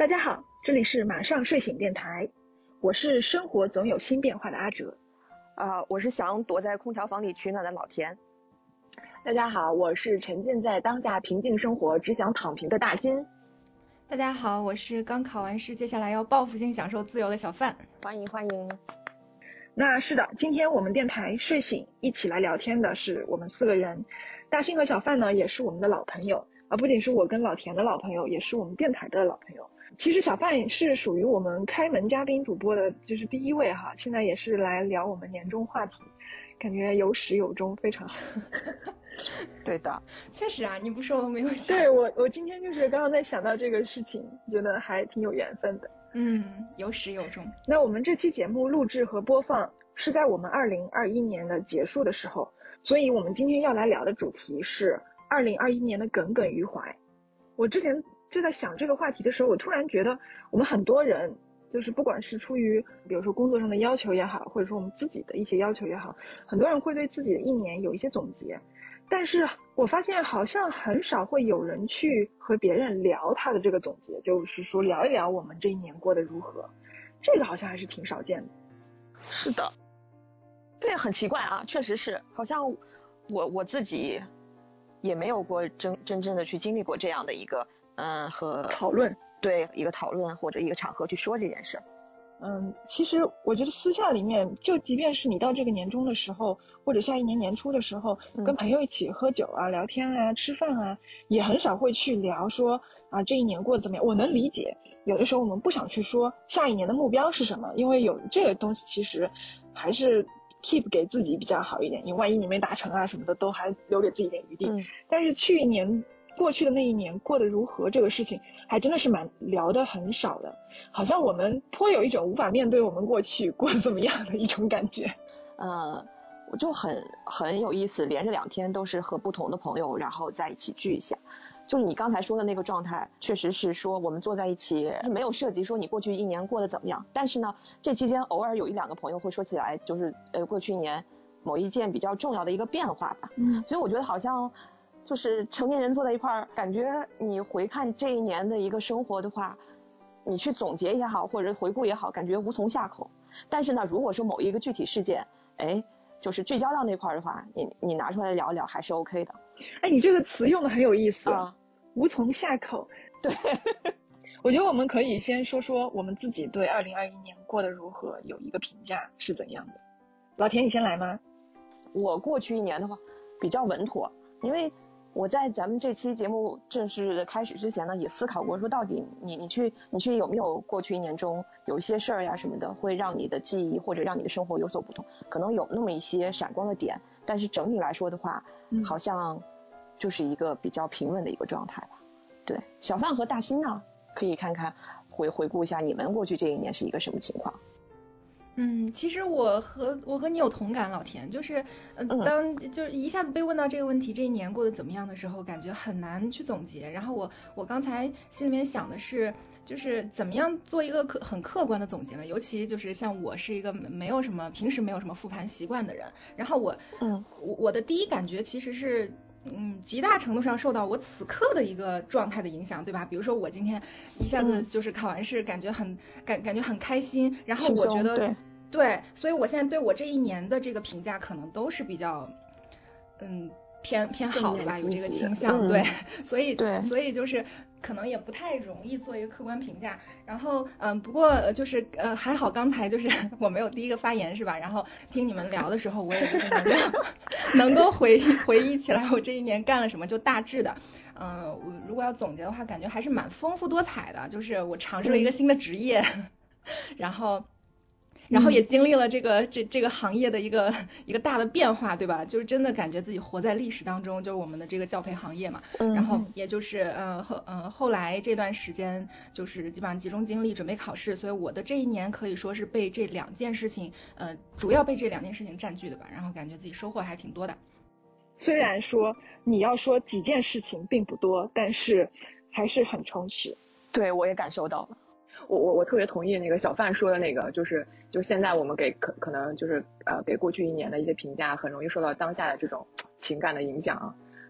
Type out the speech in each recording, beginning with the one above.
大家好，这里是马上睡醒电台，我是生活总有新变化的阿哲。 我是想躲在空调房里取暖的老田。 大家好，我是沉浸在当下平静生活只想躺平的大新。 大家好，我是刚考完试接下来要报复性享受自由的小范。 欢迎欢迎。 那是的，今天我们电台睡醒一起来聊天的是我们4个人，大新和小范呢也是我们的老朋友，不仅是我跟老田的老朋友，也是我们电台的老朋友。其实小范是属于我们开门嘉宾主播的就是第一位哈，现在也是来聊我们年终话题，感觉有始有终，非常好。 对的， 确实啊，你不说我没有想。 对，我今天就是刚刚在想到这个事情，觉得还挺有缘分的。 有始有终。 那我们这期节目录制和播放是在我们2021年的结束的时候，所以我们今天要来聊的主题是2021年的耿耿于怀。我之前就在想这个话题的时候，我突然觉得我们很多人就是不管是出于比如说工作上的要求也好，或者说我们自己的一些要求也好，很多人会对自己的一年有一些总结，但是我发现好像很少会有人去和别人聊他的这个总结，就是说聊一聊我们这一年过得如何，这个好像还是挺少见的。 是的，对，很奇怪啊，确实是，好像我自己也没有过真正的去经历过这样的一个和讨论， 对，一个讨论或者一个场合去说这件事。 其实我觉得私下里面，就即便是你到这个年终的时候，或者下一年年初的时候，跟朋友一起喝酒啊、聊天啊、吃饭啊，也很少会去聊说啊这一年过得怎么样。我能理解，有的时候我们不想去说下一年的目标是什么，因为有这个东西其实还是 keep 给自己比较好一点，因为万一你没达成啊什么的，都还留给自己一点余地。但是过去的那一年过得如何这个事情，还真的是聊得很少的，好像我们颇有一种无法面对我们过去过得怎么样的一种感觉。 我就很有意思，连着2天都是和不同的朋友然后在一起聚一下。就是你刚才说的那个状态，确实是说我们坐在一起没有涉及说你过去一年过得怎么样，但是呢这期间偶尔有1-2个朋友会说起来，就是过去一年某一件比较重要的一个变化吧。所以我觉得好像就是成年人坐在一块儿，感觉你回看这一年的一个生活的话，你去总结也好或者回顾也好，感觉无从下口。但是呢如果说某一个具体事件就是聚焦到那块的话，你拿出来聊一聊还是 OK 的。 你这个词用的很有意思无从下口。 对我觉得我们可以先说说我们自己对2021年过得如何有一个评价是怎样的。老田你先来吗？ 我过去一年的话比较稳妥，因为我在咱们这期节目正式的开始之前呢，也思考过说到底你去有没有过去一年中有一些事儿呀什么的，会让你的记忆或者让你的生活有所不同，可能有那么一些闪光的点，但是整体来说的话，好像就是一个比较平稳的一个状态吧。对，小范和大新呢，可以看看回顾一下你们过去这一年是一个什么情况。 其实我和你有同感，老田，就是就是一下子被问到这个问题，这一年过得怎么样的时候，感觉很难去总结。然后我刚才心里面想的是，就是怎么样做一个很客观的总结呢？尤其就是像我是一个平时没有什么复盘习惯的人，然后我的第一感觉其实是极大程度上受到我此刻的一个状态的影响，对吧？比如说我今天一下子就是考完试，感觉很开心，然后我觉得对，所以我现在对我这一年的这个评价可能都是比较偏好的吧，有这个倾向。对，所以就是可能也不太容易做一个客观评价。然后不过就是还好刚才就是我没有第一个发言是吧？然后听你们聊的时候，我也就是能够回忆起来我这一年干了什么，就大致的。我如果要总结的话，感觉还是蛮丰富多彩的，就是我尝试了一个新的职业，然后也经历了这个行业的一个大的变化，对吧？就是真的感觉自己活在历史当中，就是我们的这个教培行业嘛。然后也就是后来这段时间就是基本上集中精力准备考试，所以我的这一年可以说是被这2件事情主要被这2件事情占据的吧。然后感觉自己收获还挺多的。 虽然说你要说几件事情并不多，但是还是很充实。 对，我也感受到了。 我特别同意那个小范说的那个，就是现在我们可能就是给过去一年的一些评价，很容易受到当下的这种情感的影响啊。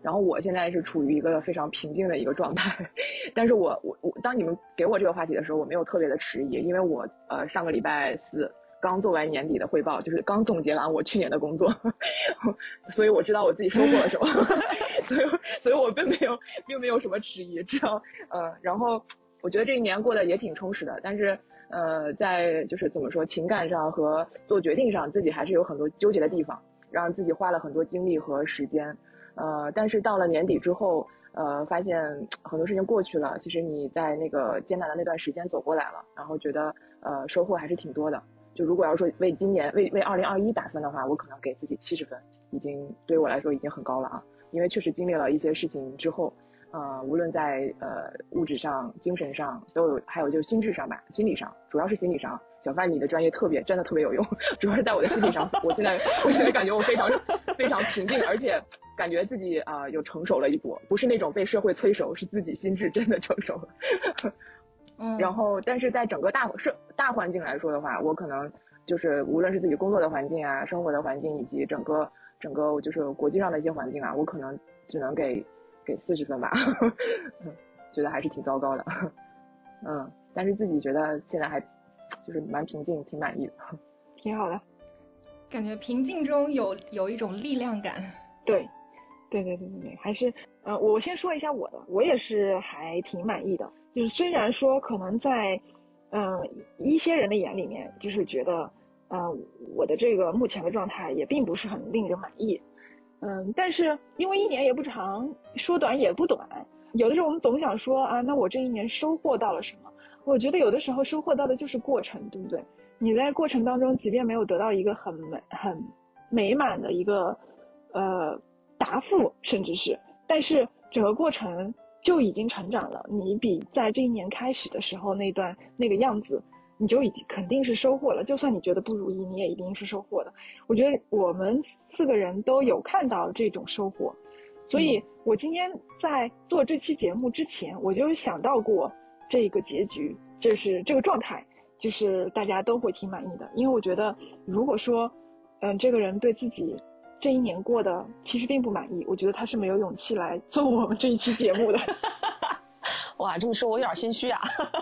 然后我现在是处于一个非常平静的一个状态，但是我当你们给我这个话题的时候，我没有特别的迟疑，因为我上个礼拜四刚做完年底的汇报，就是刚总结完我去年的工作，所以我知道我自己收获了什么，所以我并没有什么迟疑，知道然后我觉得这一年过得也挺充实的，但是在就是怎么说情感上和做决定上，自己还是有很多纠结的地方，让自己花了很多精力和时间。但是到了年底之后，发现很多事情过去了，其实你在那个艰难的那段时间走过来了，然后觉得收获还是挺多的。就如果要说为今年为2021打分的话，我可能给自己70分，已经对我来说已经很高了啊，因为确实经历了一些事情之后，无论在物质上、精神上都有，还有就是心智上吧，心理上，主要是心理上。小范，你的专业真的特别有用，主要是在我的心理上，我现在感觉我非常平静，而且感觉自己有成熟了一步，不是那种被社会催熟，是自己心智真的成熟了。然后，但是在整个大环境来说的话，我可能就是无论是自己工作的环境啊、生活的环境，以及整个就是国际上的一些环境啊，我可能只能给40分吧，觉得还是挺糟糕的。但是自己觉得现在还就是蛮平静，挺满意的， 挺好的。 感觉平静中有一种力量感。 对，还是我先说一下我的，我也是还挺满意的。就是虽然说可能在一些人的眼里面，就是觉得我的这个目前的状态也并不是很令人满意。但是因为一年也不长，说短也不短，有的时候我们总想说啊，那我这一年收获到了什么？我觉得有的时候收获到的就是过程，对不对？你在过程当中，即便没有得到一个很美满的一个答复，甚至是，但是整个过程就已经成长了。你比在这一年开始的时候那个样子，你就已经肯定是收获了。就算你觉得不如意，你也一定是收获的。我觉得我们4个人都有看到这种收获，所以我今天在做这期节目之前，我就想到过这个结局，就是这个状态，就是大家都会挺满意的。因为我觉得如果说这个人对自己这一年过得其实并不满意，我觉得他是没有勇气来做我们这一期节目的。 哇，这么说我有点心虚啊。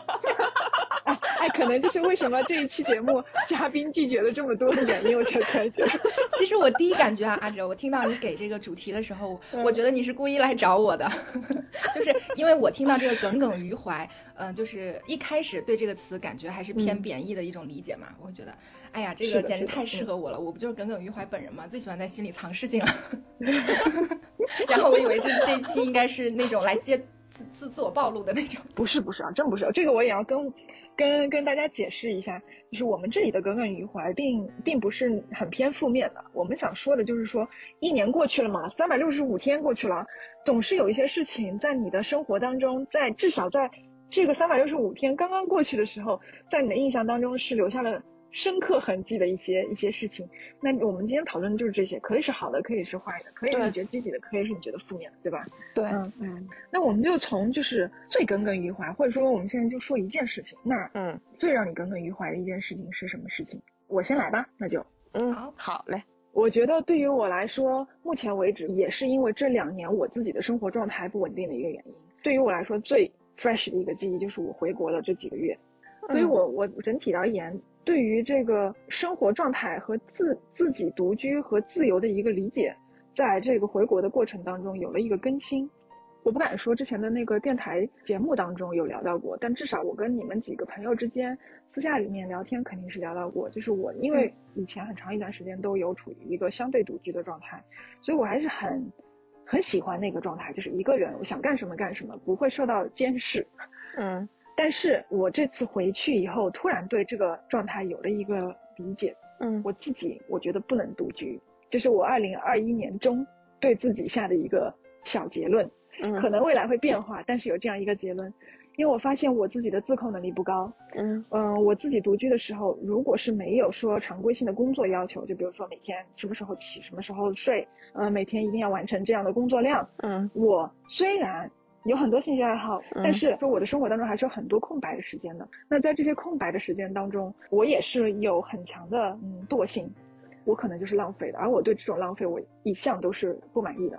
可能就是为什么这一期节目嘉宾拒绝了这么多的原因，我才觉得。 其实我第一感觉啊，阿哲，我听到你给这个主题的时候，我觉得你是故意来找我的，就是因为我听到这个耿耿于怀，就是一开始对这个词感觉还是偏贬义的一种理解嘛，我会觉得，哎呀，这个简直太适合我了，我不就是耿耿于怀本人嘛，最喜欢在心里藏事情了。然后我以为这一期应该是那种来接自我暴露的那种。 不是啊，真不是，这个我也要跟大家解释一下，就是我们这里的耿耿于怀并不是很偏负面的。我们想说的就是说，一年过去了嘛，365天过去了，总是有一些事情在你的生活当中，至少在这个365天刚刚过去的时候，在你的印象当中是留下了深刻痕迹的一些事情。那我们今天讨论的就是这些，可以是好的，可以是坏的，可以是你觉得积极的，可以是你觉得负面的，对吧？ 对， 那我们就从就是最耿耿于怀，或者说我们现在就说一件事情。那最让你耿耿于怀的一件事情是什么事情？我先来吧，那就好嘞。 我觉得对于我来说，目前为止也是因为这2年我自己的生活状态不稳定的一个原因。对于我来说，最 fresh 的一个记忆就是我回国了这几个月。所以我整体而言，对于这个生活状态和自己独居和自由的一个理解，在这个回国的过程当中有了一个更新。我不敢说之前的那个电台节目当中有聊到过，但至少我跟你们几个朋友之间私下里面聊天肯定是聊到过。就是我因为以前很长一段时间都有处于一个相对独居的状态，所以我还是很喜欢那个状态，就是一个人我想干什么干什么，不会受到监视。但是我这次回去以后，突然对这个状态有了一个理解。我觉得不能独居，这是我2021年中对自己下的一个小结论。可能未来会变化，但是有这样一个结论。因为我发现我自己的自控能力不高。我自己独居的时候，如果是没有说常规性的工作要求，就比如说每天什么时候起，什么时候睡，每天一定要完成这样的工作量。我虽然有很多兴趣爱好，但是说我的生活当中还是有很多空白的时间的。那在这些空白的时间当中，我也是有很强的惰性，我可能就是浪费的，而我对这种浪费我一向都是不满意的。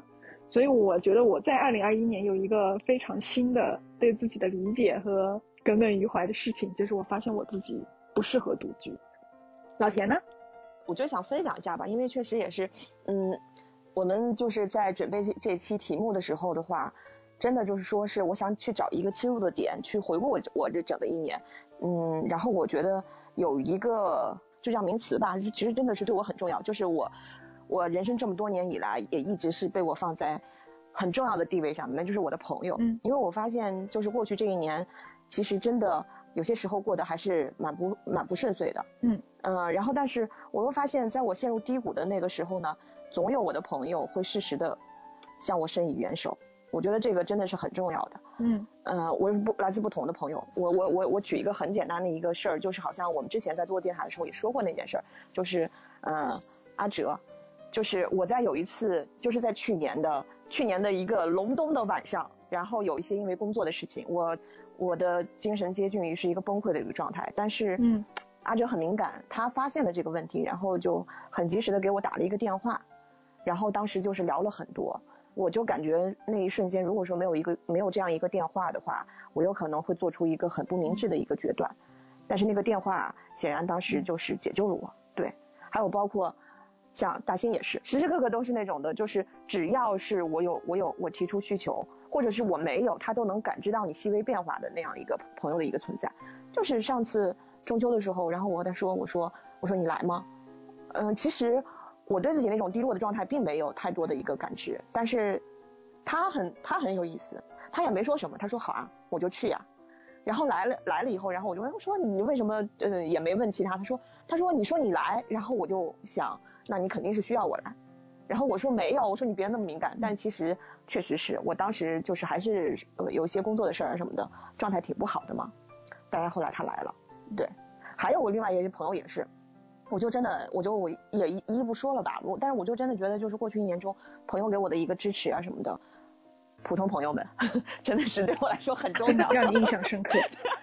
所以我觉得我在2021年有一个非常新的对自己的理解和耿耿于怀的事情，就是我发现我自己不适合独居。老田呢？ 我就想分享一下吧，因为确实也是，我们就是在准备这期题目的时候的话，真的就是说是我想去找一个切入的点去回顾我这整个一年，然后我觉得有一个就叫名词吧，其实真的是对我很重要，就是我人生这么多年以来也一直是被我放在很重要的地位上的，那就是我的朋友。因为我发现就是过去这一年其实真的有些时候过得还是蛮不顺遂的。然后但是我又发现在我陷入低谷的那个时候呢，总有我的朋友会适时的向我伸以援手，我觉得这个真的是很重要的。我来自不同的朋友，我举一个很简单的一个事儿，就是好像我们之前在做电台的时候也说过那件事儿，就是阿哲，就是我在有一次就是在去年的一个隆冬的晚上，然后有一些因为工作的事情，我的精神接近于是一个崩溃的一个状态，但是阿哲很敏感，他发现了这个问题，然后就很及时的给我打了一个电话，然后当时就是聊了很多，我就感觉那一瞬间如果说没有这样一个电话的话，我有可能会做出一个很不明智的一个决断，但是那个电话显然当时就是解救了我。对，还有包括像大兴也是，时时刻刻都是那种的，就是只要是我提出需求，或者是我没有，他都能感知到你细微变化的那样一个朋友的一个存在。就是上次中秋的时候，然后我和他说，我说你来吗？其实我对自己那种低落的状态并没有太多的一个感知，但是他很有意思，他也没说什么，他说好啊，我就去呀。然后来了以后，然后我就问说你为什么也没问其他，他说你说你来，然后我就想那你肯定是需要我来，然后我说没有，我说你别那么敏感，但其实确实是我当时就是还是有一些工作的事儿什么的，状态挺不好的嘛。当然后来他来了。对，还有我另外一些朋友也是，我也一一不说了吧，但是我就真的觉得就是过去一年中朋友给我的一个支持啊什么的，普通朋友们真的是对我来说很重要， 让你印象深刻。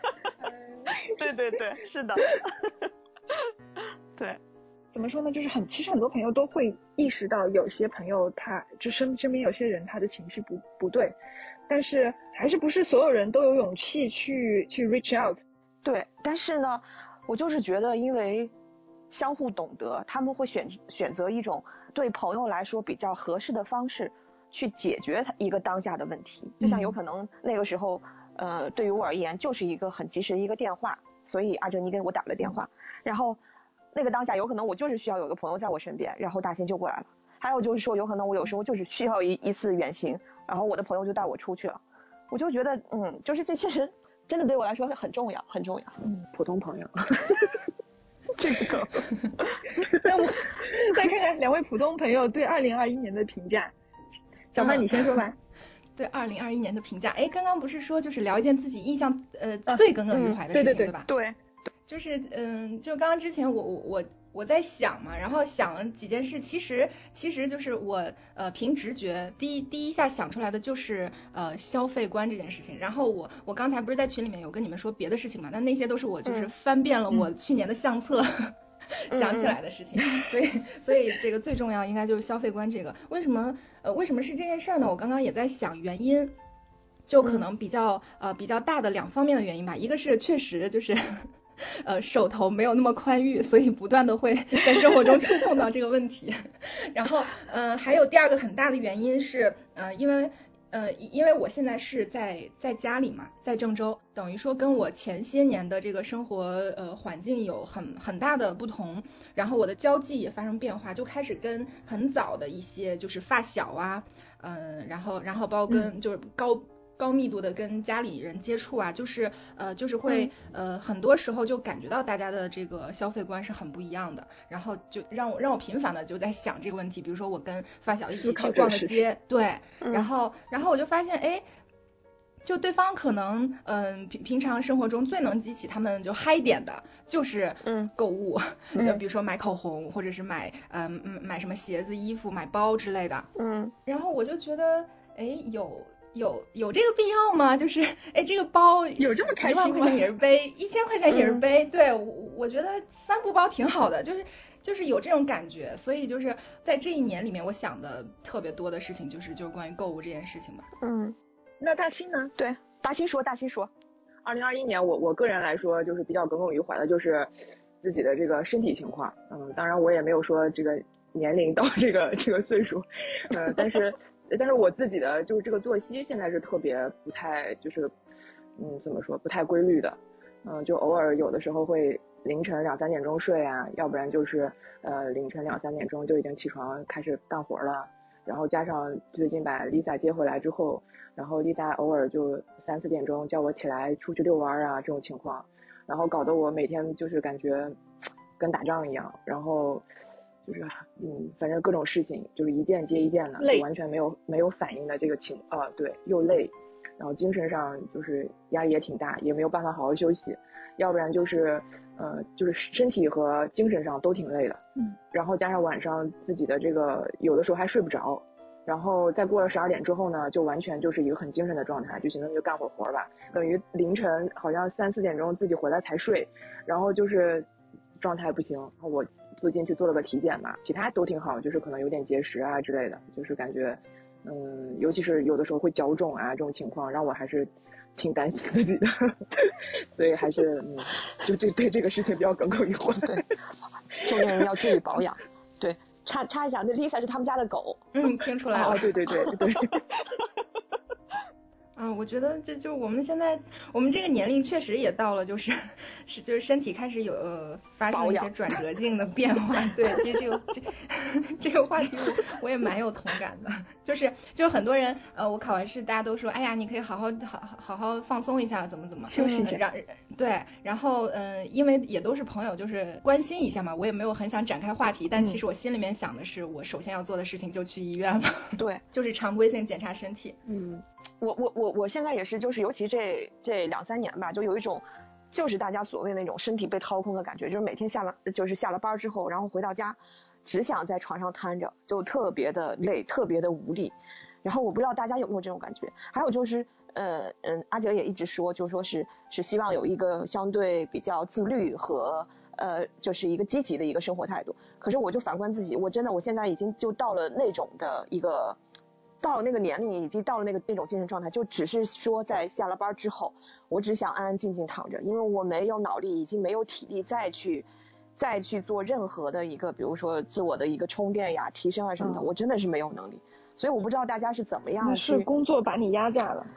对，是的。对， 怎么说呢，就是其实很多朋友都会意识到有些朋友他就身边有些人他的情绪不对，但是还是不是所有人都有勇气去 reach out。 对，但是呢我就是觉得因为相互懂得，他们会选择一种对朋友来说比较合适的方式去解决一个当下的问题。就像有可能那个时候对于我而言就是一个很及时的一个电话，所以阿哲你给我打了电话，然后那个当下有可能我就是需要有个朋友在我身边，然后大兴就过来了。还有就是说有可能我有时候就是需要一次远行，然后我的朋友就带我出去了。我就觉得就是这些人真的对我来说很重要很重要。 普通朋友。 这个那我再看看两位普通朋友对2021年的评价。小曼你先说吧。 对2021年的评价，刚刚不是说就是聊一件自己印象最耿耿于怀的事情，对吧？ 对， 就是就刚刚之前我在想嘛，然后想了几件事，其实就是我凭直觉第一下想出来的就是消费观这件事情。然后我刚才不是在群里面有跟你们说别的事情嘛，但那些都是我就是翻遍了我去年的相册想起来的事情，所以这个最重要应该就是消费观这个。为什么是这件事呢？我刚刚也在想原因，就可能比较大的两方面的原因吧。一个是确实就是手头没有那么宽裕，所以不断的会在生活中触碰到这个问题。然后还有第二个很大的原因是因为我现在是在家里嘛，在郑州，等于说跟我前些年的这个生活环境有很大的不同，然后我的交际也发生变化，就开始跟很早的一些就是发小啊，然后包括跟就是高密度的跟家里人接触啊，就是会很多时候就感觉到大家的这个消费观是很不一样的，然后就让我频繁的就在想这个问题。比如说我跟发小一起去逛个街，对，然后我就发现就对方可能平常生活中最能激起他们就嗨点的就是购物，就比如说买口红，或者是买什么鞋子衣服买包之类的，然后我就觉得有这个必要吗？就是这个包有这么开心吗？ 1万块钱也是背，1000块钱也是背，对，我觉得帆布包挺好的，就是有这种感觉，所以就是在这一年里面，我想的特别多的事情就是关于购物这件事情吧。 那大新呢？ 对，大新说。 2021年我个人来说就是比较耿耿于怀的就是自己的这个身体情况，当然我也没有说这个年龄到这个岁数，但是我自己的就是这个作息现在是特别不太就是怎么说不太规律的，就偶尔有的时候会凌晨2、3点钟睡啊，要不然就是凌晨2、3点钟就已经起床开始干活了，然后加上最近把 Lisa 接回来之后，然后 Lisa 偶尔就3、4点钟叫我起来出去遛弯啊这种情况，然后搞得我每天就是感觉跟打仗一样，然后就是反正各种事情就是一件接一件的，就完全没有反应的这个对，又累，然后精神上就是压力也挺大，也没有办法好好休息，要不然就是身体和精神上都挺累的，然后加上晚上自己的这个有的时候还睡不着，然后再过了12点之后呢，就完全就是一个很精神的状态，就寻思就干会活吧，等于凌晨好像3、4点钟自己回来才睡，然后就是状态不行，然后我最近去做了个体检嘛，其他都挺好，就是可能有点结石啊之类的，就是感觉尤其是有的时候会脚肿啊这种情况，让我还是挺担心自己的，所以还是就对这个事情比较耿耿于怀。 对，中年人要注意保养。对，插一下，那 Lisa 是他们家的狗。 听出来了。 对。 我觉得就我们现在我们这个年龄确实也到了，就是身体开始发生一些转折性的变化。对，其实这个话题我也蛮有同感的，就是很多人我考完试大家都说，哎呀，你可以好好放松一下，怎么休息一下。 对，然后因为也都是朋友，就是关心一下嘛，我也没有很想展开话题，但其实我心里面想的是，我首先要做的事情就去医院了。 对， 就是常规性检查身体。 我现在也是，就是尤其这2、3年吧，就有一种就是大家所谓那种身体被掏空的感觉，就是每天下了班之后，然后回到家只想在床上瘫着，就特别的累，特别的无力。然后我不知道大家有没有这种感觉。还有就是阿哲也一直说，就说是希望有一个相对比较自律和就是一个积极的一个生活态度。可是我就反观自己，我现在已经就到了那种的一个。到了那个年龄，以及到了那种精神状态，就只是说在下了班之后，我只想安安静静躺着，因为我没有脑力，已经没有体力再去做任何的一个，比如说自我的一个充电呀、提升啊什么的，我真的是没有能力。所以我不知道大家是怎么样去。 是工作把你压榨了。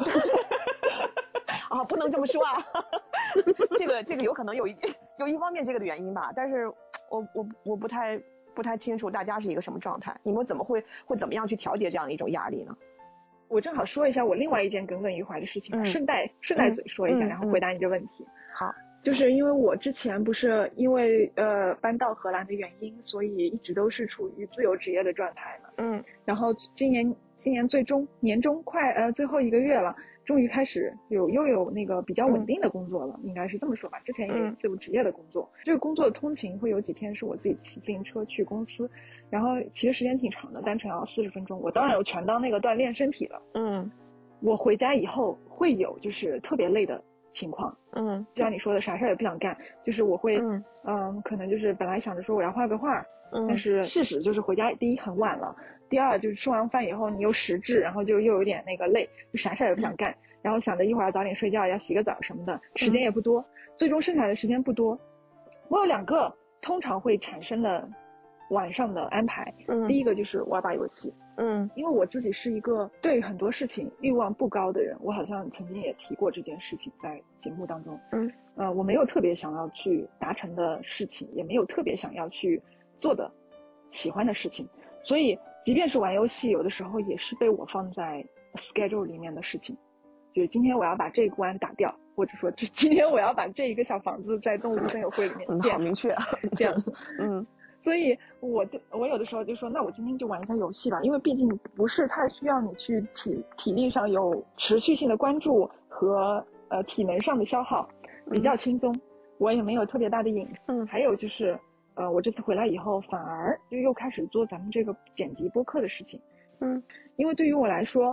不能这么说啊。这个有可能有一方面这个的原因吧，但是我不太清楚大家是一个什么状态，你们会怎么样去调节这样的一种压力呢？ 我正好说一下我另外一件耿耿于怀的事情，顺带嘴说一下，然后回答你这问题。 好， 就是因为我之前不是因为搬到荷兰的原因，所以一直都是处于自由职业的状态嘛。然后今年年中快最后1个月了，终于开始又有那个比较稳定的工作了，应该是这么说吧。之前也有自由职业的工作，这个工作的通勤会有几天是我自己骑自行车去公司，然后骑的时间挺长的，单程要40分钟。我当然有全当那个锻炼身体了。我回家以后会有就是特别累的情况。就像你说的，啥事也不想干，就是我会可能就是本来想着说我要画个画，但是事实就是回家第一很晚了，第二就是吃完饭以后你又食滞，然后就又有点那个累，就啥事也不想干，然后想着一会儿早点睡觉，要洗个澡什么的，时间也不多，最终剩下的时间不多。我有2个通常会产生的晚上的安排，第一个就是玩把游戏。因为我自己是一个对很多事情欲望不高的人，我好像曾经也提过这件事情在节目当中。我没有特别想要去达成的事情，也没有特别想要去做的喜欢的事情，所以即便是玩游戏，有的时候也是被我放在 schedule 里面的事情，就是今天我要把这一关打掉，或者说今天我要把这一个小房子在动物森友会里面建。 好明确。 这样子。所以我有的时候就说，那我今天就玩一下游戏吧，因为毕竟不是太需要你去体力上有持续性的关注和体能上的消耗，比较轻松，我也没有特别大的瘾。还有就是我这次回来以后反而就又开始做咱们这个剪辑播客的事情。因为对于我来说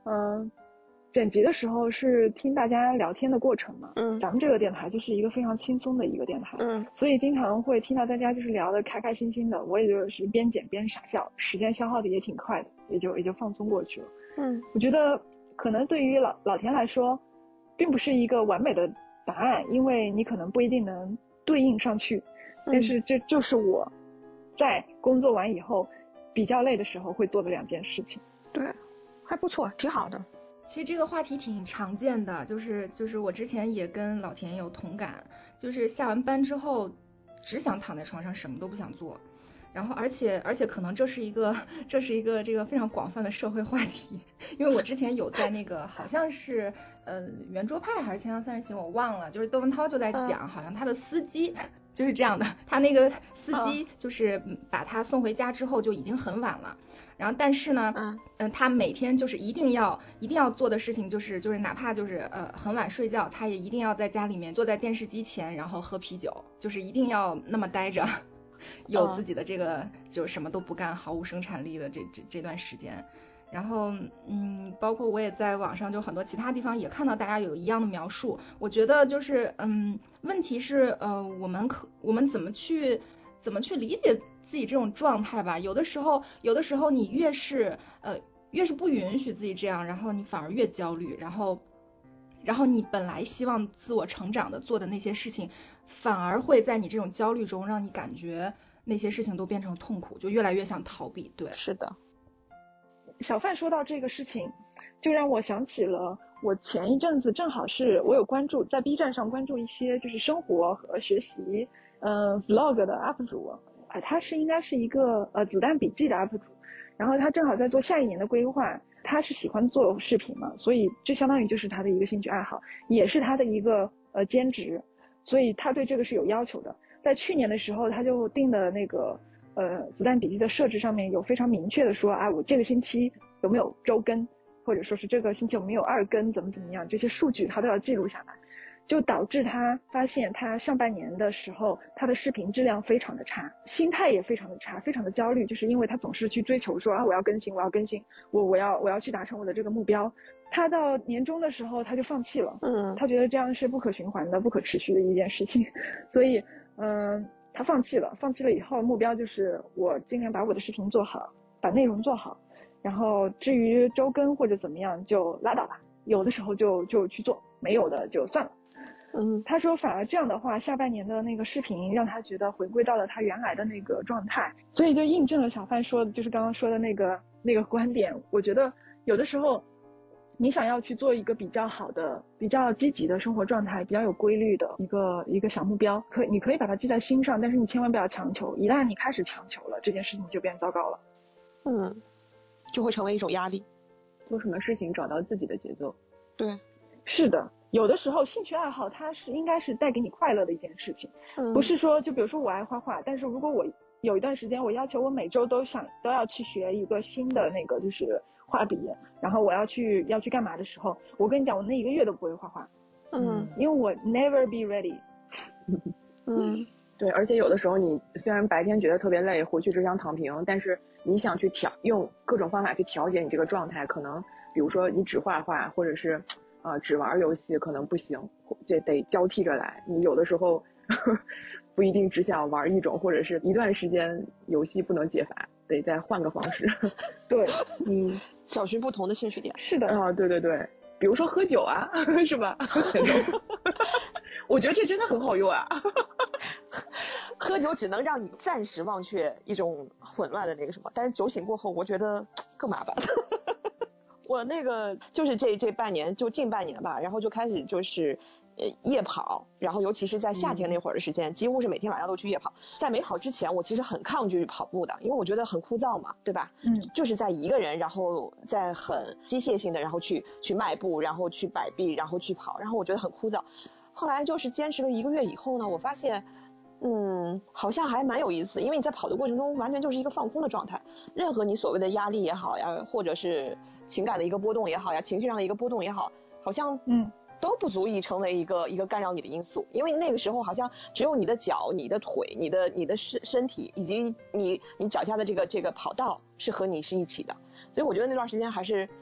剪辑的时候是听大家聊天的过程嘛，咱们这个电台就是一个非常轻松的一个电台，所以经常会听到大家就是聊得开开心心的，我也就是边剪边傻笑，时间消耗的也挺快的，也就放松过去了。我觉得可能对于老田来说，并不是一个完美的答案，因为你可能不一定能对应上去，但是这就是我在工作完以后比较累的时候会做的2件事情。 对，还不错，挺好的。 其实这个话题挺常见的，就是我之前也跟老田有同感，就是下完班之后只想躺在床上什么都不想做，然后而且可能这是一个这个非常广泛的社会话题，因为我之前有在那个好像是圆桌派还是锵锵三人行我忘了，就是窦文涛就在讲，好像他的司机就是这样的，他那个司机就是把他送回家之后就已经很晚了，然后但是呢他每天就是一定要做的事情就是哪怕就是很晚睡觉，他也一定要在家里面坐在电视机前，然后喝啤酒，就是一定要那么待着，有自己的这个就什么都不干，毫无生产力的这段时间。然后包括我也在网上就很多其他地方也看到大家有一样的描述，我觉得就是问题是我们怎么去理解自己这种状态吧。有的时候你越是不允许自己这样，然后你反而越焦虑，然后你本来希望自我成长的做的那些事情，反而会在你这种焦虑中让你感觉那些事情都变成痛苦，就越来越想逃避。对， 是的。 小范说到这个事情，就让我想起了我前一阵子正好是我有关注，在 B 站上关注一些就是生活和学习vlog 的 UP 主，他应该是一个子弹笔记的 UP 主，然后他正好在做下一年的规划，他是喜欢做视频嘛，所以这相当于就是他的一个兴趣爱好，也是他的一个兼职，所以他对这个是有要求的。在去年的时候他就定的那个子弹笔记的设置上面有非常明确的说我这个星期有没有周更，或者说是这个星期有没有2更，怎么样，这些数据他都要记录下来，就导致他发现他上半年的时候他的视频质量非常的差，心态也非常的差，非常的焦虑，就是因为他总是去追求说我要更新，我要去达成我的这个目标。他到年终的时候他就放弃了，他觉得这样是不可循环的、不可持续的一件事情，所以他放弃了以后，目标就是我尽量把我的视频做好，把内容做好，然后至于周更或者怎么样就拉倒吧，有的时候就去做，没有的就算了。他说反而这样的话，下半年的那个视频让他觉得回归到了他原来的那个状态，所以就印证了小范说的，就是刚刚说的那个观点。我觉得有的时候你想要去做一个比较好的、比较积极的生活状态，比较有规律的一个小目标，你可以把它记在心上，但是你千万不要强求，一旦你开始强求了，这件事情就变糟糕了。 就会成为一种压力。 做什么事情找到自己的节奏。 对， 是的，有的时候兴趣爱好它应该是带给你快乐的一件事情，不是说就比如说我爱画画，但是如果我有一段时间我要求我每周都要去学一个新的那个就是画笔，然后我要去干嘛的时候，我跟你讲我那1个月都不会画画，因为我 never be ready。 对，而且有的时候你虽然白天觉得特别累，回去只想躺平，但是你想去用各种方法去调节你这个状态，可能比如说你只画画，或者是只玩游戏可能不行，这得交替着来。你有的时候不一定只想玩一种，或者是一段时间游戏不能解乏，得再换个方式。 对， 找寻不同的兴趣点。 是的对对对，比如说喝酒啊，是吧？我觉得这真的很好用啊。 喝酒只能让你暂时忘却一种混乱的那个什么，但是酒醒过后我觉得更麻烦。我那个就是这半年，就近半年吧，然后就开始就是夜跑，然后尤其是在夏天那会儿的时间，几乎是每天晚上都去夜跑。在没跑之前我其实很抗拒跑步的，因为我觉得很枯燥嘛，对吧？就是在一个人，然后在很机械性的然后去迈步，然后去摆臂，然后去跑，然后我觉得很枯燥。后来就是坚持了1个月以后呢，我发现好像还蛮有意思，因为你在跑的过程中完全就是一个放空的状态，任何你所谓的压力也好呀，或者是情感的一个波动也好呀，情绪上的一个波动也好，好像都不足以成为一个干扰你的因素，因为那个时候好像只有你的脚、你的腿、你的身体以及你脚下的这个跑道是和你是一起的，所以我觉得那段时间还是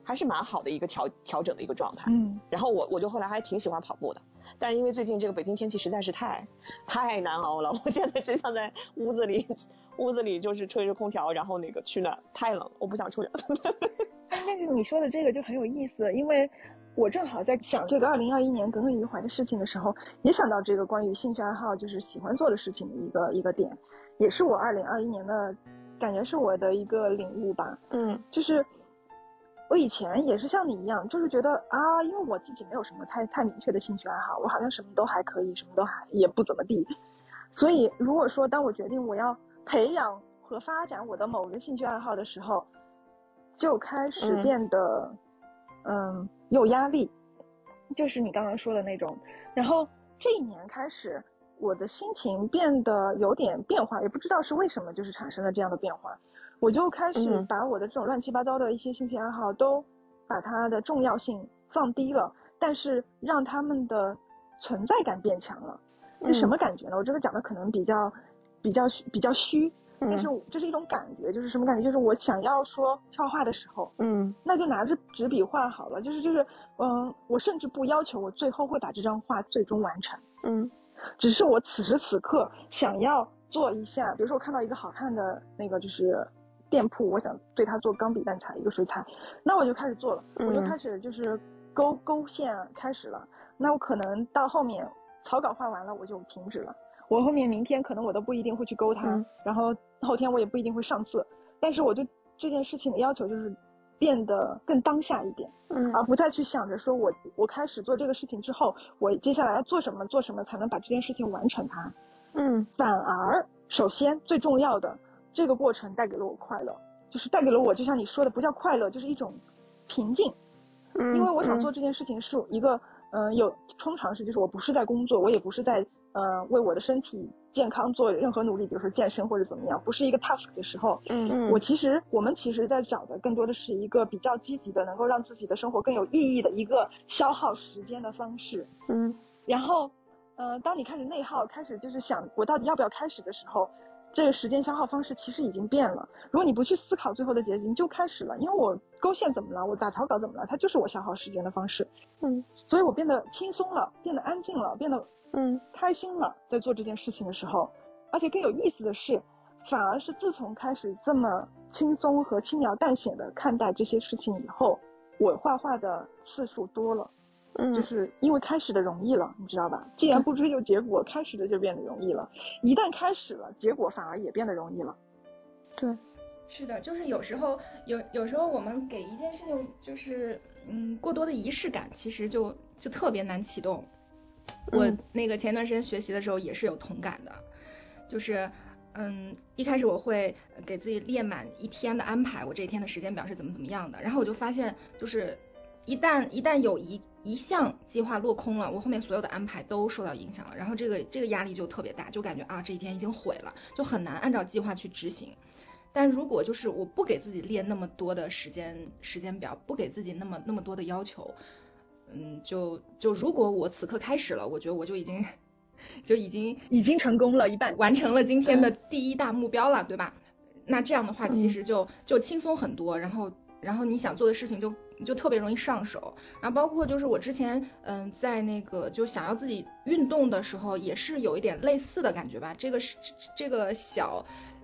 还是蛮好的一个调整的一个状态。然后我就后来还挺喜欢跑步的，但是因为最近这个北京天气实在是太难熬了，我现在只想在屋子里就是吹着空调，然后那个取暖，太冷，我不想出去。 但是你说的这个就很有意思，因为我正好在想这个2021年耿耿于怀的事情的时候，也想到这个关于兴趣爱好就是喜欢做的事情的一个点，也是我2021年的感觉是我的一个领悟吧。就是我以前也是像你一样，就是觉得啊，因为我自己没有什么太明确的兴趣爱好，我好像什么都还可以，什么都还也不怎么地。所以如果说当我决定我要培养和发展我的某个兴趣爱好的时候，就开始变得有压力，就是你刚刚说的那种。然后这一年开始我的心情变得有点变化，也不知道是为什么，就是产生了这样的变化。我就开始把我的这种乱七八糟的一些兴趣爱好都把它的重要性放低了，但是让他们的存在感变强了。是什么感觉呢？我这个讲的可能比较虚，但是这是一种感觉。就是什么感觉？就是我想要说画画的时候，那就拿着纸笔画好了。就是我甚至不要求我最后会把这张画最终完成，只是我此时此刻想要做一下，比如说我看到一个好看的那个就是店铺，我想对它做钢笔蛋彩一个水彩，那我就开始做了，我就开始就是勾线开始了。那我可能到后面草稿画完了我就停止了，我后面明天可能我都不一定会去勾它，然后后天我也不一定会上色，但是我对这件事情的要求就是变得更当下一点，而不再去想着说我开始做这个事情之后，我接下来要做什么才能把这件事情完成它。反而首先最重要的，这个过程带给了我快乐，就是带给了我，就像你说的，不叫快乐，就是一种平静。因为我想做这件事情是一个有通常是就是我不是在工作，我也不是在为我的身体健康做任何努力，比如说健身或者怎么样，不是一个 task 的时候，我们其实在找的更多的是一个比较积极的，能够让自己的生活更有意义的一个消耗时间的方式。然后当你开始内耗，开始就是想我到底要不要开始的时候，这个时间消耗方式其实已经变了。如果你不去思考最后的结局，你就开始了，因为我勾线怎么了，我打草稿怎么了，它就是我消耗时间的方式。所以我变得轻松了，变得安静了，变得开心了，在做这件事情的时候。而且更有意思的是，反而是自从开始这么轻松和轻描淡写的看待这些事情以后，我画画的次数多了。就是因为开始的容易了，你知道吧？既然不追求结果，开始的就变得容易了。一旦开始了，结果反而也变得容易了。 对，是的，就是有时候我们给一件事情就是过多的仪式感，其实就特别难启动。我那个前段时间学习的时候也是有同感的，就是一开始我会给自己列满一天的安排，我这一天的时间表是怎么样的，然后我就发现就是一旦有一项计划落空了，我后面所有的安排都受到影响了，然后这个压力就特别大，就感觉这一天已经毁了，就很难按照计划去执行。但如果就是我不给自己列那么多的时间表，不给自己那么多的要求，就如果我此刻开始了，我觉得我就已经成功了一半，完成了今天的第一大目标了，对吧？那这样的话其实就轻松很多，然后你想做的事情就特别容易上手。然后包括就是我之前在那个就想要自己运动的时候，也是有一点类似的感觉吧。这个小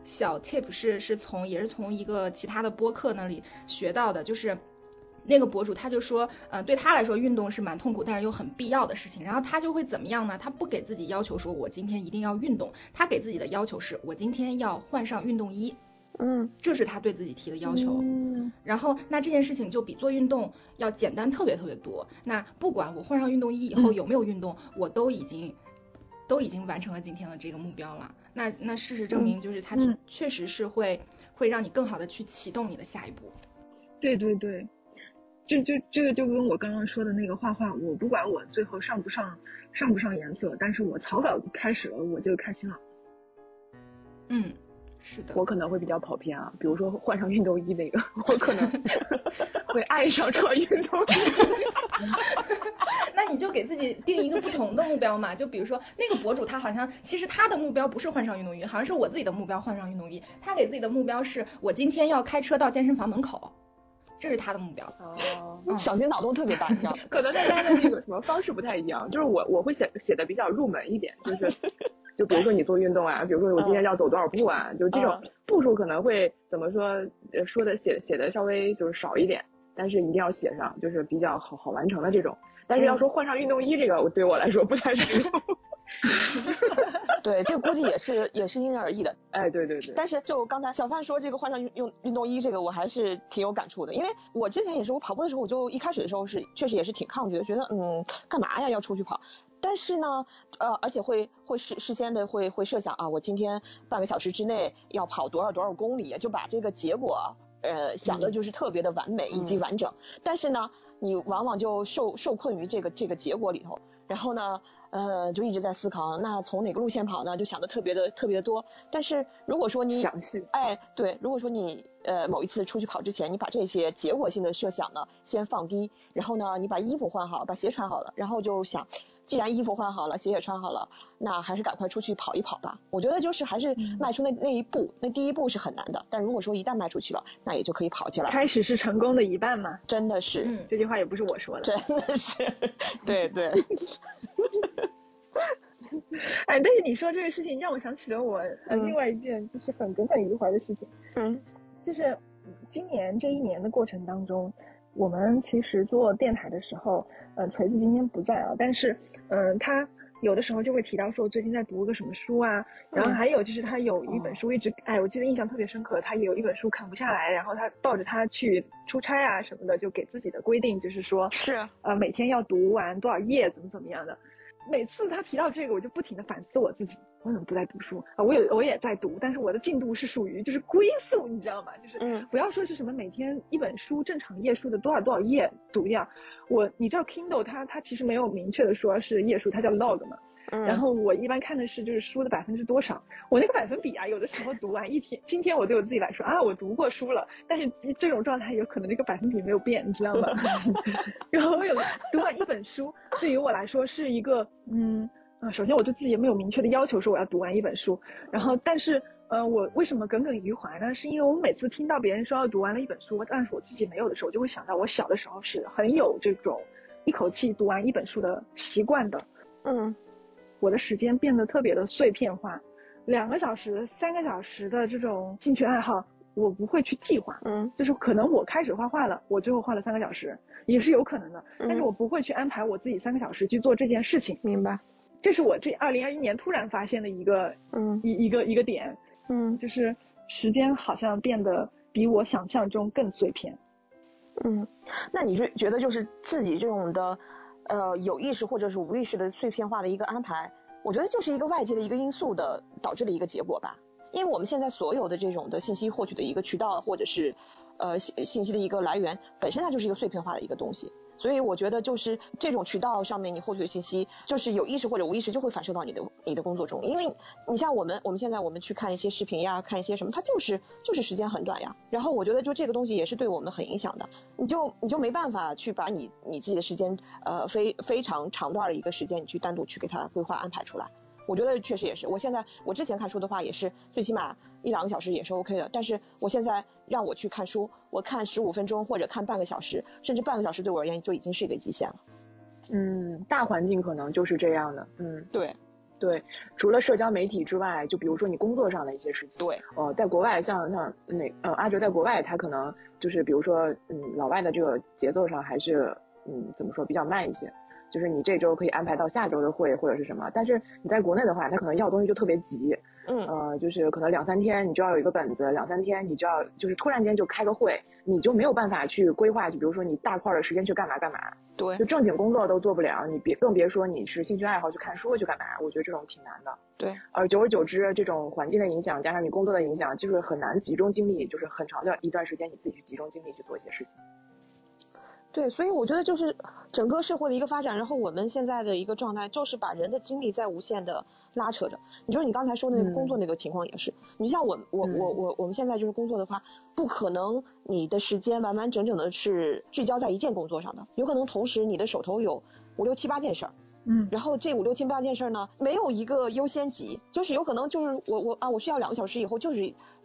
tip 也是从一个其他的播客那里学到的，就是那个博主他就说对他来说运动是蛮痛苦但是又很必要的事情，然后他就会怎么样呢？他不给自己要求说我今天一定要运动，他给自己的要求是我今天要换上运动衣。这是他对自己提的要求。然后那这件事情就比做运动要简单特别特别多。那不管我换上运动衣以后有没有运动，我都已经完成了今天的这个目标了。那事实证明就是它确实是会让你更好的去启动你的下一步。 对对对，这个就跟我刚刚说的那个画画，我不管我最后上不上颜色，但是我草稿开始了我就开心了。 是的， 我可能会比较跑偏啊，比如说换上运动衣那个，我可能会爱上穿运动衣。 那你就给自己定一个不同的目标嘛，就比如说那个博主他好像其实他的目标不是换上运动衣，好像是我自己的目标换上运动衣，他给自己的目标是我今天要开车到健身房门口， 这是他的目标。 小心脑洞特别大，你知道吗？ 可能大家的那个什么方式不太一样，就是我会写的比较入门一点，就比如说你做运动啊，比如说我今天要走多少步啊，就这种步数可能会怎么说说的写的稍微就是少一点，但是一定要写上，就是比较好完成的这种。但是要说换上运动衣这个，对我来说不太实用。 对，这个估计也是因人而异的。 哎，对。 但是就刚才小范说这个换上运动衣这个，我还是挺有感触的，因为我之前也是我跑步的时候，我就一开始的时候是确实也是挺抗拒的，觉得干嘛呀要出去跑。但是呢，而且会事先的会设想啊，我今天半个小时之内要跑多少公里，就把这个结果想的就是特别的完美以及完整。但是呢，你往往就受困于这个结果里头，然后呢就一直在思考，那从哪个路线跑呢？就想的特别的多。但是如果说你详细， 对，如果说你某一次出去跑之前，你把这些结果性的设想呢先放低，然后呢你把衣服换好，把鞋穿好了，然后就想，既然衣服换好了，鞋也穿好了，那还是赶快出去跑一跑吧。我觉得就是还是迈出那一步，那第一步是很难的，但如果说一旦迈出去了，那也就可以跑起来。 开始是成功的一半嘛， 真的是， 这句话也不是我说的， 真的是，对。 哎，但是你说这个事情让我想起了我另外一件就是很耿耿于怀的事情，就是今年这一年的过程当中，我们其实做电台的时候，锤子今天不在啊，但是他有的时候就会提到说最近在读个什么书啊，然后还有就是他有一本书一直我记得印象特别深刻，他有一本书啃不下来，然后他抱着他去出差啊什么的，就给自己的规定就是说是每天要读完多少页怎么样的。每次他提到这个，我就不停的反思我自己，我怎么不在读书啊？我也在读，但是我的进度是属于就是龟速，你知道吗？就是不要说是什么每天一本书正常页数的多少页读掉，你知道 Kindle 它其实没有明确的说是页数，它叫 log 嘛。然后我一般看的是就是书的多少，我那个百分比啊，有的时候读完一天，今天我对我自己来说啊，我读过书了，但是这种状态有可能这个百分比没有变，你知道吗？然后我有读完一本书，对于我来说是一个首先我对自己也没有明确的要求说我要读完一本书，然后但是我为什么耿耿于怀呢？是因为我每次听到别人说要读完了一本书，但是我自己没有的时候，我就会想到我小的时候是很有这种一口气读完一本书的习惯的。我的时间变得特别的碎片化，2个小时、3个小时的这种兴趣爱好，我不会去计划。就是可能我开始画画了，我最后画了3个小时，也是有可能的。但是我不会去安排我自己3个小时去做这件事情。 明白。 这是我这2021年突然发现的一个一个点。就是时间好像变得比我想象中更碎片。 那你是觉得就是自己这种的有意识或者是无意识的碎片化的一个安排，我觉得就是一个外界的一个因素的导致的一个结果吧。因为我们现在所有的这种的信息获取的一个渠道或者是信息的一个来源，本身它就是一个碎片化的一个东西。所以我觉得就是这种渠道上面你获取的信息，就是有意识或者无意识就会反射到你的工作中。因为你像我们现在我们去看一些视频呀，看一些什么，它就是时间很短呀。然后我觉得就这个东西也是对我们很影响的，你就没办法去把你自己的时间非常长段的一个时间你去单独去给它规划安排出来。我觉得确实也是，我之前看书的话也是最起码1-2个小时也是 OK 的，但是我现在让我去看书，我看15分钟或者看半个小时，甚至半个小时对我而言就已经是一个极限了。 大环境可能就是这样的。对，除了社交媒体之外，就比如说你工作上的一些事情。 对， 在国外像阿哲在国外，他可能就是比如说老外的这个节奏上还是怎么说比较慢一些。就是你这周可以安排到下周的会或者是什么，但是你在国内的话，他可能要东西就特别急，就是可能2-3天你就要有一个本子，2-3天你就要就是突然间就开个会，你就没有办法去规划，就比如说你大块的时间去干嘛， 对， 就正经工作都做不了，你更别说你是兴趣爱好去看书去干嘛，我觉得这种挺难的。 对， 久而久之，这种环境的影响加上你工作的影响，就是很难集中精力，就是很长的一段时间你自己去集中精力去做一些事情。 对，所以我觉得就是整个社会的一个发展，然后我们现在的一个状态就是把人的精力在无限的拉扯着。你说你刚才说的那个工作那个情况也是，你像我们现在就是工作的话，不可能你的时间完完整整的是聚焦在一件工作上的，有可能同时你的手头有5、6、7、8件事儿。然后这5、6、7、8件事呢，没有一个优先级，就是有可能就是我需要2个小时以后就是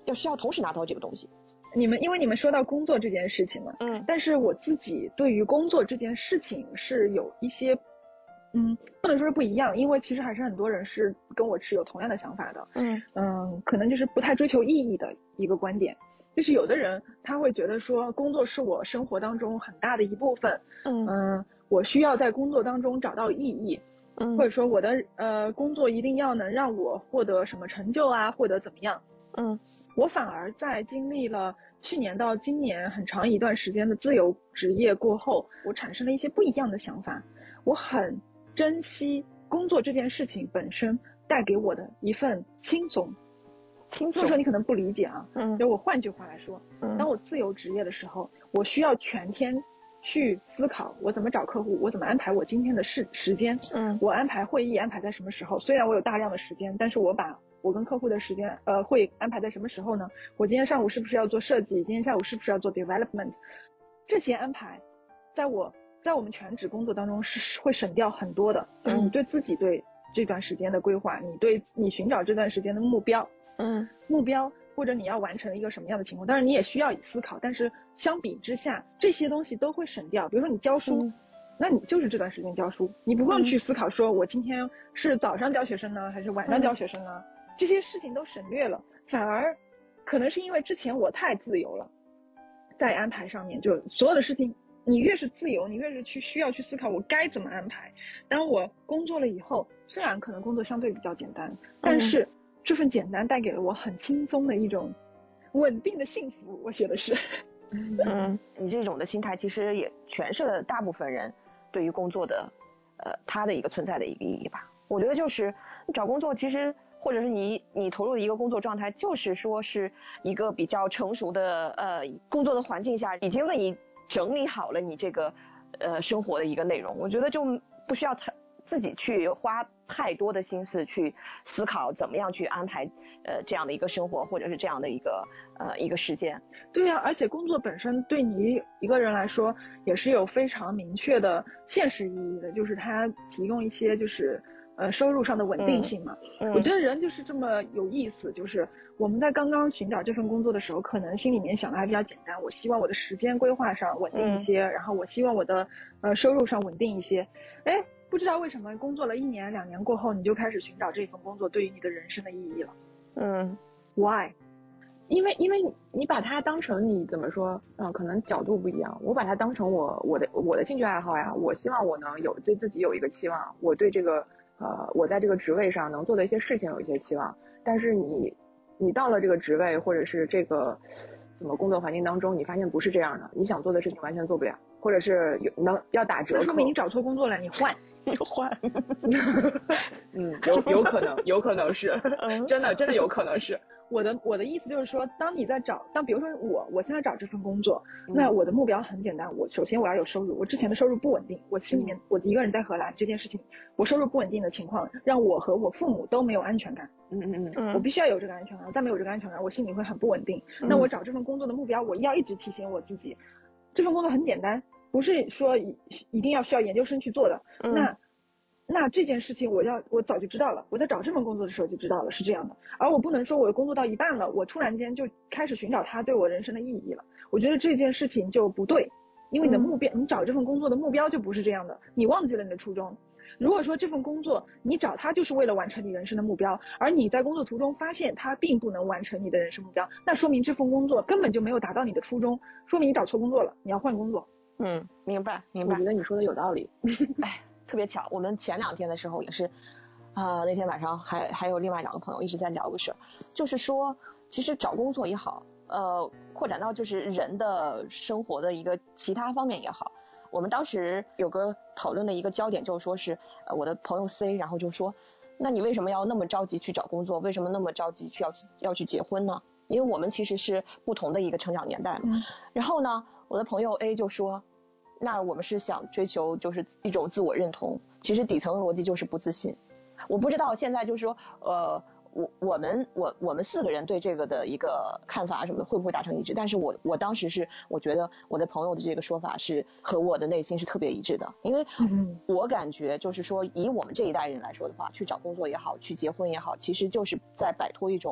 需要同时拿到这个东西。 因为你们说到工作这件事情嘛，但是我自己对于工作这件事情是有一些不能说是不一样，因为其实还是很多人是跟我持有同样的想法的。可能就是不太追求意义的一个观点。就是有的人他会觉得说工作是我生活当中很大的一部分，我需要在工作当中找到意义，或者说我的工作一定要能让我获得什么成就啊，获得怎么样。我反而在经历了去年到今年很长一段时间的自由职业过后，我产生了一些不一样的想法。我很珍惜工作这件事情本身带给我的一份轻松。这么说你可能不理解啊，就我换句话来说，当我自由职业的时候，我需要全天去思考我怎么找客户，我怎么安排我今天的时间，我安排会议安排在什么时候。虽然我有大量的时间，但是我把我跟客户的时间会安排在什么时候呢？我今天上午是不是要做设计，今天下午是不是要做 development， 这些安排在我们全职工作当中是会省掉很多的。就是你对自己对这段时间的规划，你寻找这段时间的目标或者你要完成一个什么样的情况，当然你也需要思考，但是相比之下这些东西都会省掉。比如说你教书，那你就是这段时间教书，你不用去思考说我今天是早上教学生呢还是晚上教学生呢，这些事情都省略了。反而可能是因为之前我太自由了，在安排上面，就所有的事情你越是自由，你越是需要去思考我该怎么安排。当我工作了以后，虽然可能工作相对比较简单，但是这份简单带给了我很轻松的一种稳定的幸福。我写的是你这种的心态其实也诠释了大部分人对于工作的它的一个存在的一个意义吧。我觉得就是找工作其实或者是你投入的一个工作状态，就是说是一个比较成熟的工作的环境下已经为你整理好了你这个生活的一个内容。我觉得就不需要自己去花太多的心思去思考怎么样去安排这样的一个生活或者是这样的一个时间。 对啊，而且工作本身对你一个人来说也是有非常明确的现实意义的，就是它提供一些就是收入上的稳定性嘛。我觉得人就是这么有意思，就是我们在刚刚寻找这份工作的时候，可能心里面想的还比较简单，我希望我的时间规划上稳定一些，然后我希望我的收入上稳定一些。不知道为什么工作了1年2年过后，你就开始寻找这份工作对于你的人生的意义了。Why？ 因为你把它当成你怎么说可能角度不一样。我把它当成我的兴趣爱好呀，我希望我能对自己有一个期望，我对这个我在这个职位上能做的一些事情有一些期望。但是你到了这个职位或者是这个怎么工作环境当中，你发现不是这样的，你想做的事情完全做不了，或者是要打折扣， 那说明你找错工作了，你换有可能是真的有可能是。 我的意思就是说，当比如说我现在找这份工作，那我的目标很简单，首先我要有收入，我之前的收入不稳定，我心里面我一个人在荷兰这件事情，我收入不稳定的情况让我和我父母都没有安全感。我必须要有这个安全感，再没有这个安全感，我心里会很不稳定。那我找这份工作的目标，我要一直提醒我自己，这份工作很简单，不是说一定需要研究生去做的。那这件事情我早就知道了，我在找这份工作的时候就知道了是这样的，而我不能说我工作到一半了，我突然间就开始寻找它对我人生的意义了。我觉得这件事情就不对，因为你的目标，你找这份工作的目标就不是这样的，你忘记了你的初衷。如果说这份工作你找它就是为了完成你人生的目标，而你在工作途中发现它并不能完成你的人生目标，那说明这份工作根本就没有达到你的初衷，说明你找错工作了，你要换工作。 明白。 我觉得你说的有道理。 特别巧，我们前2天的时候也是那天晚上还有另外2个朋友一直在聊个事儿，就是说其实找工作也好扩展到就是人的生活的一个其他方面也好，我们当时有个讨论的一个焦点就是说是我的朋友 C 然后就说，那你为什么要那么着急去找工作，为什么那么着急要去结婚呢？因为我们其实是不同的一个成长年代嘛。然后呢我的朋友 A 就说，那我们是想追求就是一种自我认同，其实底层逻辑就是不自信。我不知道现在就是说我们4个人对这个的一个看法什么会不会达成一致，但是我当时我觉得我的朋友的这个说法是和我的内心是特别一致的。因为我感觉就是说以我们这一代人来说的话，去找工作也好，去结婚也好，其实就是在摆脱一种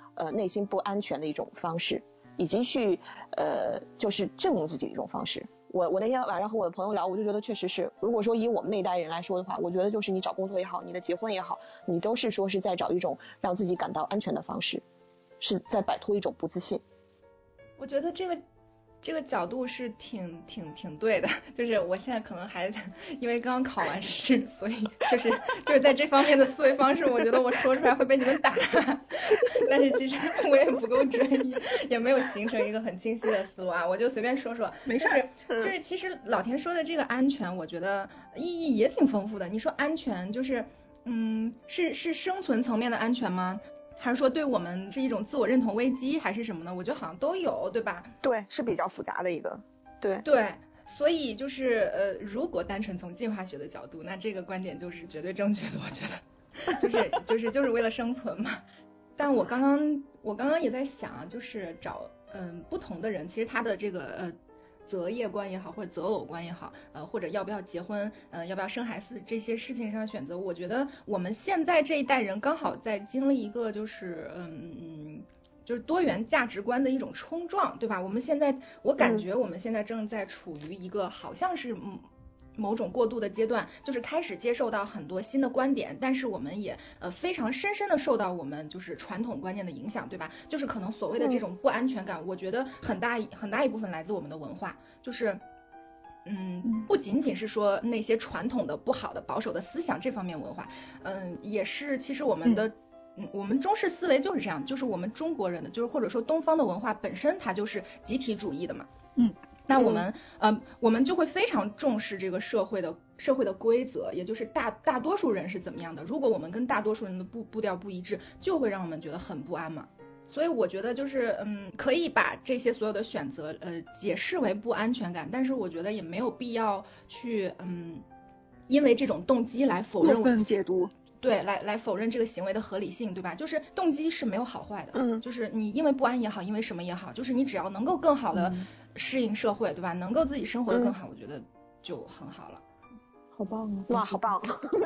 内心不安全的一种方式，以及去就是证明自己的一种方式。我那天晚上和我的朋友聊，我就觉得确实是，如果说以我们那一代人来说的话，我觉得就是你找工作也好，你的结婚也好，你都是说是在找一种让自己感到安全的方式，是在摆脱一种不自信。 我觉得这个角度是挺对的，就是我现在可能还因为刚刚考完试，所以就是在这方面的思维方式，我觉得我说出来会被你们打，但是其实我也不够专业，也没有形成一个很清晰的思路啊，我就随便说说。就是其实老田说的这个安全，我觉得意义也挺丰富的。你说安全就是是生存层面的安全吗？还是说对我们是一种自我认同危机，还是什么呢？我觉得好像都有，对吧？ 对，是比较复杂的一个。对， 所以就是如果单纯从进化学的角度，那这个观点就是绝对正确的，我觉得就是为了生存嘛。但我刚刚也在想，就是找不同的人，其实他的这个择业观也好，或者择偶观也好，或者要不要结婚，要不要生孩子这些事情上选择，我觉得我们现在这一代人刚好在经历一个就是就是多元价值观的一种冲撞，对吧？我感觉我们现在正在处于一个好像是某种过渡的阶段，就是开始接受到很多新的观点，但是我们也非常深深的受到我们就是传统观念的影响，对吧？就是可能所谓的这种不安全感，我觉得很大一部分来自我们的文化，就是不仅仅是说那些传统的不好的保守的思想这方面文化，也是其实我们的我们中式思维就是这样，就是我们中国人的就是或者说东方的文化本身它就是集体主义的嘛。那我们就会非常重视这个社会的规则，也就是大多数人是怎么样的。如果我们跟大多数人的步调不一致，就会让我们觉得很不安嘛。所以我觉得就是可以把这些所有的选择解释为不安全感，但是我觉得也没有必要去因为这种动机来否认过分解读。 对，来否认这个行为的合理性，对吧？就是动机是没有好坏的，就是你因为不安也好，因为什么也好，就是你只要能够更好的适应社会，对吧？能够自己生活的更好，我觉得就很好了。 好棒啊！ 哇，好棒！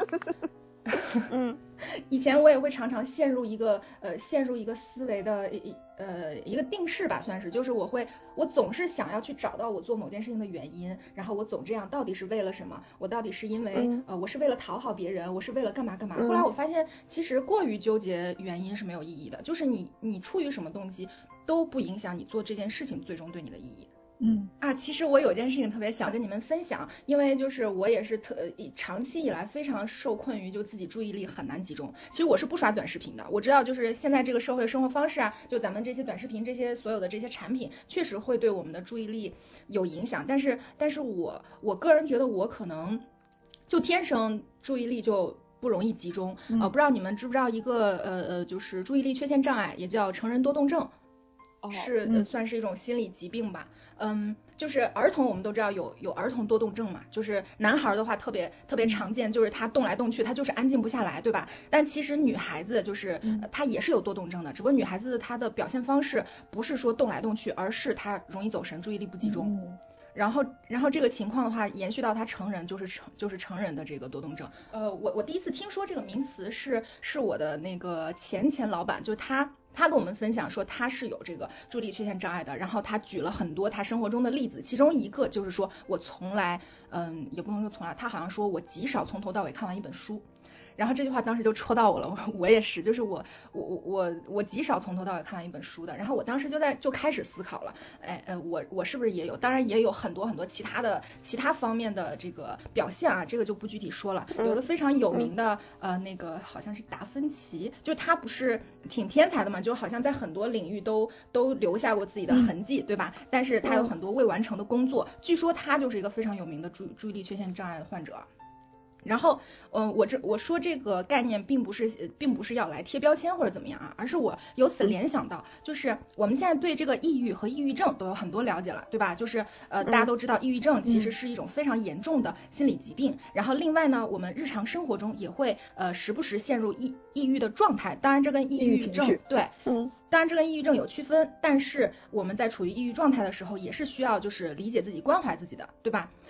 以前我也会常常陷入一个思维的一个定式吧，算是，就是我总是想要去找到我做某件事情的原因，然后我总这样到底是为了什么？我到底是因为我是为了讨好别人，我是为了干嘛干嘛？后来我发现其实过于纠结原因是没有意义的，就是你出于什么动机都不影响你做这件事情最终对你的意义。其实我有件事情特别想跟你们分享，因为就是我也是长期以来非常受困于就自己注意力很难集中。其实我是不刷短视频的，我知道就是现在这个社会生活方式啊，就咱们这些短视频这些所有的这些产品，确实会对我们的注意力有影响。但是我个人觉得我可能就天生注意力就不容易集中。不知道你们知不知道一个就是注意力缺陷障碍，也叫成人多动症。是算是一种心理疾病吧。就是儿童我们都知道有儿童多动症嘛，就是男孩的话特别常见，就是他动来动去他就是安静不下来，对吧？但其实女孩子就是她也是有多动症的，只不过女孩子她的表现方式不是说动来动去，而是她容易走神，注意力不集中。然后这个情况的话延续到他成人，就是成人的这个多动症。我第一次听说这个名词是我的那个前老板，就他跟我们分享说他是有这个注意力缺陷障碍的，然后他举了很多他生活中的例子，其中一个就是说我从来也不能说从来，他好像说我极少从头到尾看完一本书。然后这句话当时就戳到我了，我也是，就是我极少从头到尾看完一本书的。然后我当时就开始思考了，我是不是也有？当然也有很多其他方面的这个表现啊，这个就不具体说了。有个非常有名的那个好像是达芬奇，就他不是挺天才的嘛，就好像在很多领域都留下过自己的痕迹，对吧？但是他有很多未完成的工作，据说他就是一个非常有名的注意力缺陷障碍的患者。然后我说这个概念并不是要来贴标签或者怎么样啊，而是我由此联想到，就是我们现在对这个抑郁和抑郁症都有很多了解了，对吧？就是大家都知道抑郁症其实是一种非常严重的心理疾病。然后另外呢，我们日常生活中也会时不时陷入抑郁的状态，当然这跟抑郁症对，当然这跟抑郁症有区分，但是我们在处于抑郁状态的时候也是需要就是理解自己关怀自己的，对吧？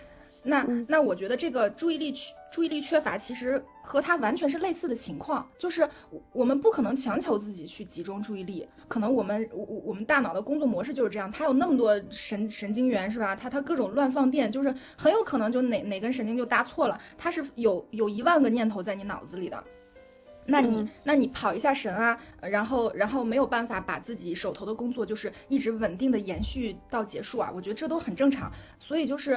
那我觉得这个注意力缺乏其实和它完全是类似的情况，就是我们不可能强求自己去集中注意力，可能我们大脑的工作模式就是这样，它有那么多神经元是吧，它各种乱放电，就是很有可能就哪根神经就搭错了，它是有10000个念头在你脑子里的。那你跑一下神啊，然后没有办法把自己手头的工作就是一直稳定的延续到结束啊，我觉得这都很正常。所以就是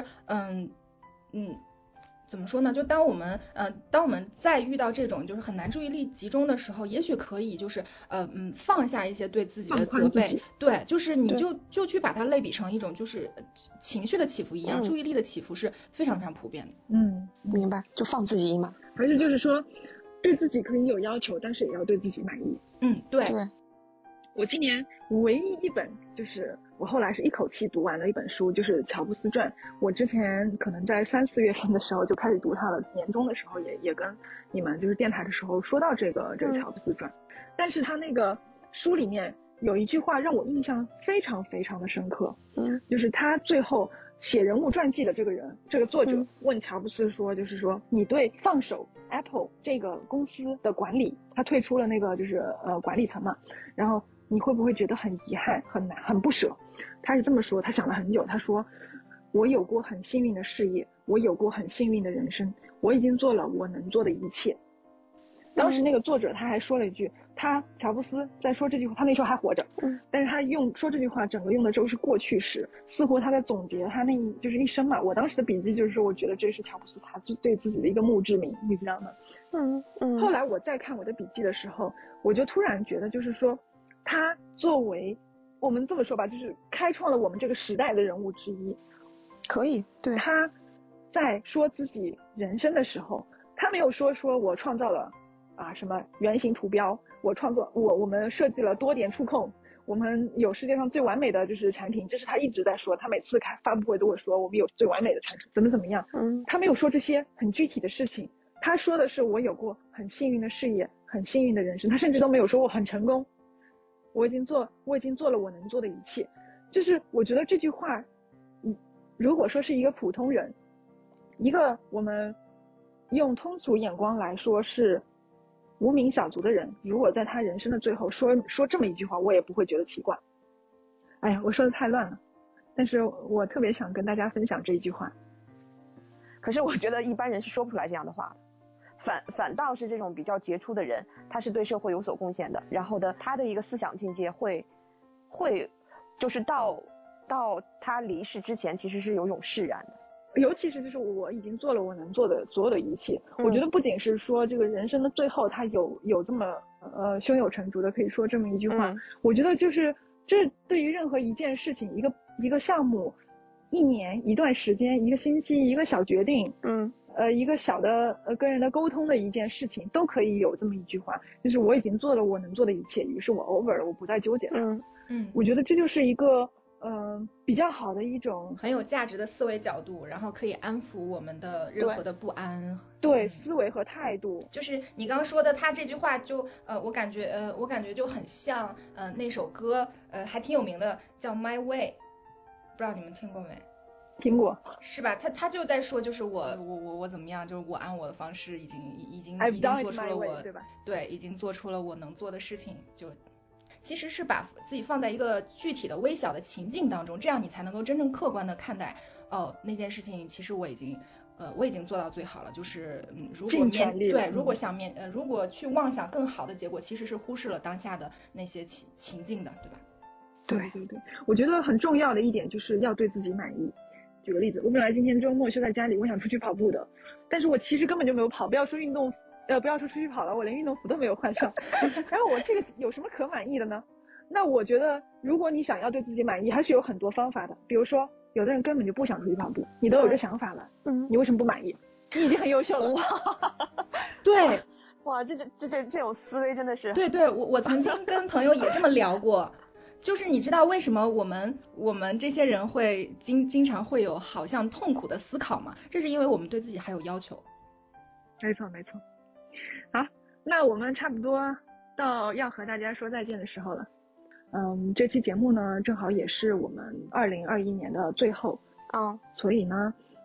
怎么说呢？就当我们再遇到这种就是很难注意力集中的时候，也许可以就是放下一些对自己的责备，对，就是你就去把它类比成一种就是情绪的起伏一样，注意力的起伏是非常非常普遍的。 明白，就放自己一马。 还是就是说，对自己可以有要求，但是也要对自己满意。 对。 我今年唯一一本就是我后来是一口气读完了一本书，就是乔布斯传。我之前可能在3、4月份的时候就开始读它了，年终的时候也跟你们就是电台的时候说到这个乔布斯传。但是他那个书里面有一句话让我印象非常非常的深刻，就是他最后写人物传记的这个作者问乔布斯说，就是说你对放手 Apple 这个公司的管理，他退出了那个就是管理层嘛，然后你会不会觉得很遗憾、很难、很不舍？他是这么说，他想了很久，他说：“我有过很幸运的事业，我有过很幸运的人生，我已经做了我能做的一切。”当时那个作者他还说了一句，乔布斯在说这句话，他那时候还活着，但是他说这句话整个用的都是过去时，似乎他在总结他就是一生嘛。我当时的笔记就是说，我觉得这是乔布斯他对自己的一个墓志铭，你知道吗？后来我再看我的笔记的时候，我就突然觉得，就是说，他作为我们这么说吧，就是开创了我们这个时代的人物之一， 可以，对。 他在说自己人生的时候，他没有说我创造了什么原型图标，我们设计了多点触控，我们有世界上最完美的就是产品，这是他一直在说，他每次发布会都会说我们有最完美的产品，怎么样。他没有说这些很具体的事情，他说的是我有过很幸运的事业，很幸运的人生，他甚至都没有说我很成功，我已经做了我能做的一切。就是我觉得这句话如果说是一个普通人，一个我们用通俗眼光来说是无名小卒的人，如果在他人生的最后说这么一句话，我也不会觉得奇怪。哎呀，我说的太乱了，但是我特别想跟大家分享这一句话。 可是我觉得一般人是说不出来这样的话的，反倒是这种比较杰出的人，他是对社会有所贡献的，然后的他的一个思想境界会就是到他离世之前其实是有种释然的。 尤其是就是我已经做了我能做的所有的一切，我觉得不仅是说这个人生的最后他有这么胸有成竹的可以说这么一句话，我觉得就是这对于任何一件事情，一个项目，一年，一段时间，一个星期，一个小决定，一个小的跟人的沟通的一件事情，都可以有这么一句话，就是我已经做了我能做的一切，于是我 over 了，我不再纠结了。我觉得这就是一个比较好的一种很有价值的思维角度，然后可以安抚我们的任何的不安。 对，思维和态度。 就是你刚刚说的，他这句话就我感觉就很像那首歌还挺有名的，叫 My Way， 不知道你们听过没？ 听过， 是吧？他就在说，就是我怎么样，就是我按我的方式已经做出了我，对，已经做出了我能做的事情，就其实是把自己放在一个具体的微小的情境当中，这样你才能够真正客观的看待那件事情，其实我已经做到最好了，就是如果去妄想更好的结果，其实是忽视了当下的那些情境的，对吧？ 对，我觉得很重要的一点就是要对自己满意。举个例子，我本来今天周末休在家里，我想出去跑步的，但是我其实根本就没有跑，不要说出去跑了，我连运动服都没有换上。然后我这个有什么可满意的呢？那我觉得如果你想要对自己满意，还是有很多方法的。比如说有的人根本就不想出去跑步，你都有这想法了，你为什么不满意？你已经很优秀了。 对， 哇，这种思维真的是。 对，我曾经跟朋友也这么聊过。就是你知道为什么我们这些人会经常会有好像痛苦的思考吗？这是因为我们对自己还有要求。 没错。好，那我们差不多到要和大家说再见的时候了。这期节目呢，正好也是我们2021年的最后。所以呢，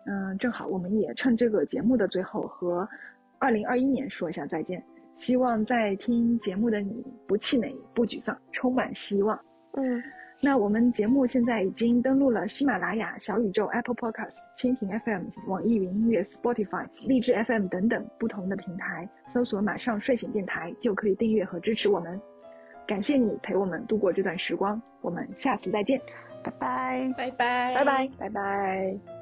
正好我们也趁这个节目的最后和2021年说一下再见，希望在听节目的你不气馁不沮丧，充满希望。那我们节目现在已经登录了喜马拉雅、小宇宙、Apple Podcast、蜻蜓 FM、网易云音乐、Spotify、荔枝 FM 等等不同的平台，搜索马上睡醒电台就可以订阅和支持我们。感谢你陪我们度过这段时光，我们下次再见， 拜拜， 拜拜， 拜拜， 拜拜。